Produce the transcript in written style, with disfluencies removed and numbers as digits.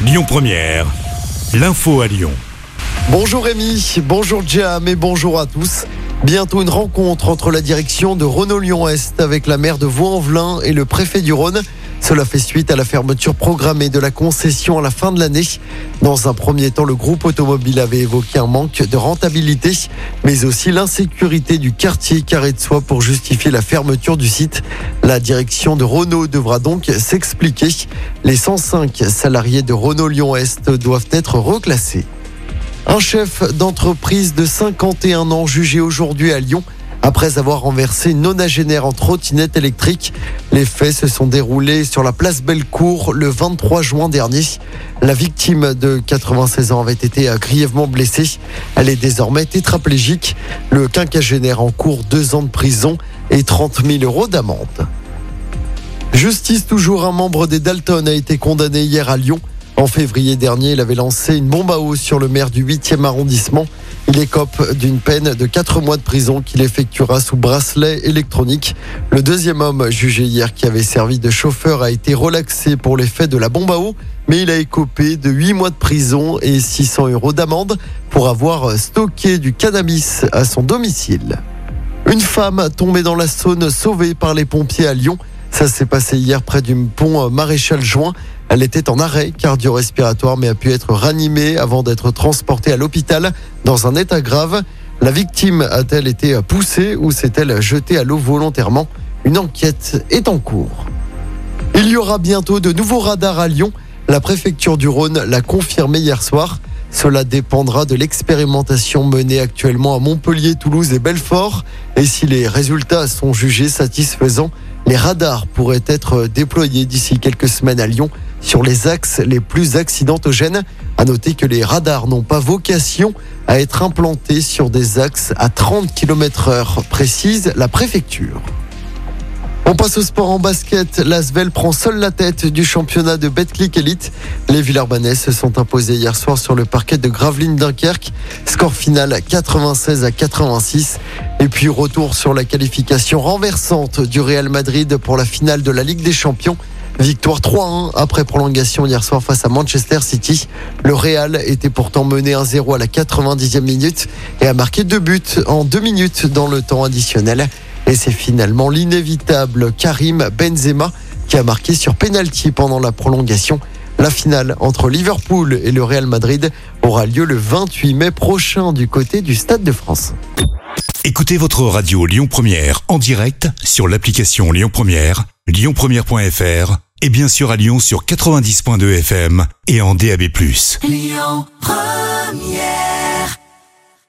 Lyon Première, l'info à Lyon. Bonjour Rémi, bonjour Jam et bonjour à tous. Bientôt une rencontre entre la direction de Renault Lyon-Est avec la maire de Vaux-en-Velin et le préfet du Rhône. Cela fait suite à la fermeture programmée de la concession à la fin de l'année. Dans un premier temps, le groupe automobile avait évoqué un manque de rentabilité, mais aussi l'insécurité du quartier Carré de Soie pour justifier la fermeture du site. La direction de Renault devra donc s'expliquer. Les 105 salariés de Renault Lyon-Est doivent être reclassés. Un chef d'entreprise de 51 ans jugé aujourd'hui à Lyon après avoir renversé une nonagénaire en trottinette électrique. Les faits se sont déroulés sur la place Bellecour le 23 juin dernier. La victime de 96 ans avait été grièvement blessée. Elle est désormais tétraplégique. Le quinquagénaire encourt 2 ans de prison et 30 000 € d'amende. Justice toujours, un membre des Dalton a été condamné hier à Lyon. En février dernier, il avait lancé une bombe à eau sur le maire du 8e arrondissement. Il écope d'une peine de 4 mois de prison qu'il effectuera sous bracelet électronique. Le deuxième homme jugé hier qui avait servi de chauffeur a été relaxé pour les faits de la bombe à eau, mais il a écopé de 8 mois de prison et 600 € d'amende pour avoir stocké du cannabis à son domicile. Une femme tombée dans la Saône sauvée par les pompiers à Lyon. Ça s'est passé hier près du pont Maréchal Juin. Elle était en arrêt cardio-respiratoire mais a pu être ranimée avant d'être transportée à l'hôpital dans un état grave. La victime a-t-elle été poussée ou s'est-elle jetée à l'eau volontairement ? Une enquête est en cours. Il y aura bientôt de nouveaux radars à Lyon. La préfecture du Rhône l'a confirmé hier soir. Cela dépendra de l'expérimentation menée actuellement à Montpellier, Toulouse et Belfort. Et si les résultats sont jugés satisfaisants, les radars pourraient être déployés d'ici quelques semaines à Lyon sur les axes les plus accidentogènes. À noter que les radars n'ont pas vocation à être implantés sur des axes à 30 km/h, précise la préfecture. On passe au sport en basket. L'Asvel prend seule la tête du championnat de Betclic Elite. Les Villeurbanais se sont imposés hier soir sur le parquet de Gravelines Dunkerque. Score final 96-86. Et puis retour sur la qualification renversante du Real Madrid pour la finale de la Ligue des Champions. Victoire 3-1 après prolongation hier soir face à Manchester City. Le Real était pourtant mené 1-0 à la 90e minute et a marqué 2 buts en 2 minutes dans le temps additionnel. Et c'est finalement l'inévitable Karim Benzema qui a marqué sur pénalty pendant la prolongation. La finale entre Liverpool et le Real Madrid aura lieu le 28 mai prochain du côté du Stade de France. Écoutez votre radio Lyon Première en direct sur l'application Lyon Première, lyonpremière.fr et bien sûr à Lyon sur 90.2 FM et en DAB+. Lyon Première.